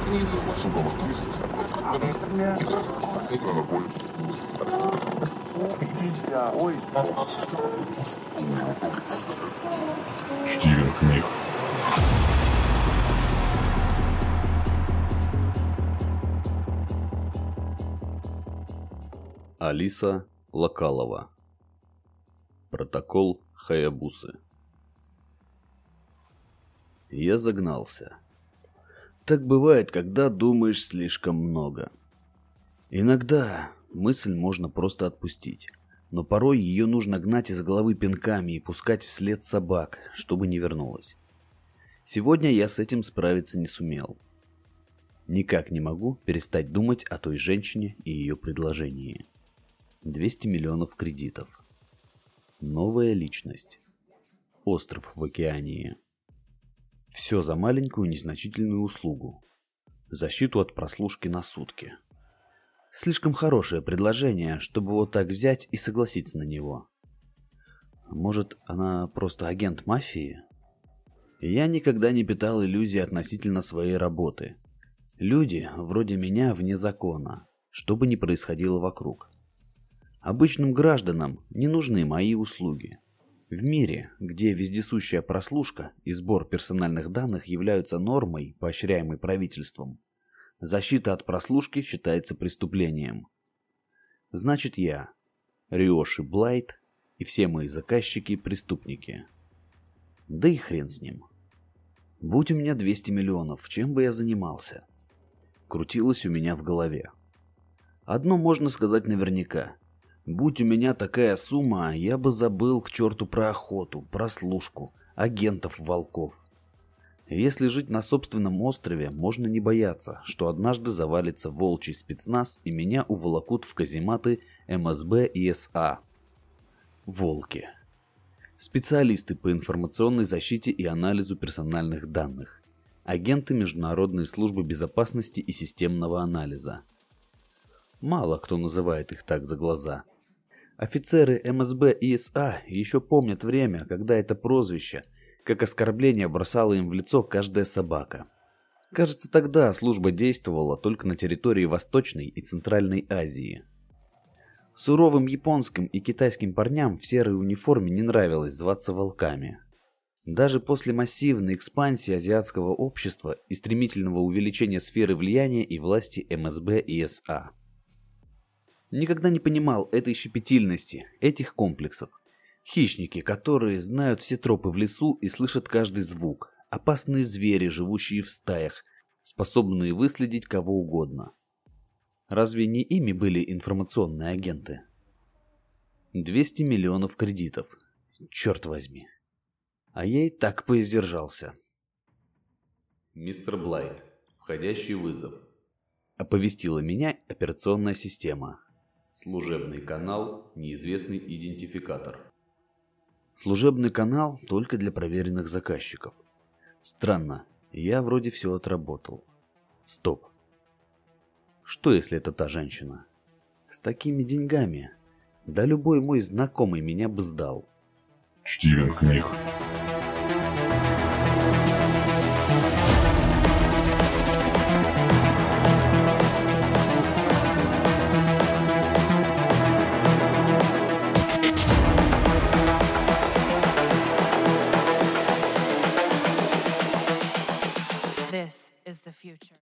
Стивен Книг. Алиса Локалова. Протокол Хаябусы. Я загнался. Так бывает, когда думаешь слишком много. Иногда мысль можно просто отпустить, но порой ее нужно гнать из головы пинками и пускать вслед собак, чтобы не вернулась. Сегодня я с этим справиться не сумел. Никак не могу перестать думать о той женщине и ее предложении. 200 миллионов кредитов. Новая личность. Остров в океании. Все за маленькую незначительную услугу. Защиту от прослушки на сутки. Слишком хорошее предложение, чтобы вот так взять и согласиться на него. Может, она просто агент мафии? Я никогда не питал иллюзий относительно своей работы. Люди, вроде меня, вне закона, что бы ни происходило вокруг. Обычным гражданам не нужны мои услуги. В мире, где вездесущая прослушка и сбор персональных данных являются нормой, поощряемой правительством, защита от прослушки считается преступлением. Значит, я, Риоши Блайт и все мои заказчики преступники. Да и хрен с ним. Будь у меня 200 миллионов, чем бы я занимался? Крутилось у меня в голове. Одно можно сказать наверняка. Будь у меня такая сумма, я бы забыл к черту про охоту, прослушку, агентов-волков. Если жить на собственном острове, можно не бояться, что однажды завалится волчий спецназ и меня уволокут в казематы МСБ и СА. Волки. Специалисты по информационной защите и анализу персональных данных. Агенты Международной службы безопасности и системного анализа. Мало кто называет их так за глаза. Офицеры МСБ и СА еще помнят время, когда это прозвище, как оскорбление, бросала им в лицо каждая собака. Кажется, тогда служба действовала только на территории Восточной и Центральной Азии. Суровым японским и китайским парням в серой униформе не нравилось зваться волками. Даже после массивной экспансии азиатского общества и стремительного увеличения сферы влияния и власти МСБ и СА. Никогда не понимал этой щепетильности, этих комплексов. Хищники, которые знают все тропы в лесу и слышат каждый звук. Опасные звери, живущие в стаях, способные выследить кого угодно. Разве не ими были информационные агенты? 200 миллионов кредитов. Черт возьми. А я и так поиздержался. «Мистер Блайт, входящий вызов», — оповестила меня операционная система. «Служебный канал, неизвестный идентификатор». Служебный канал только для проверенных заказчиков. Странно, я вроде все отработал. Стоп. Что если это та женщина? С такими деньгами? Да любой мой знакомый меня бы сдал. Стивен Книг. This is the future.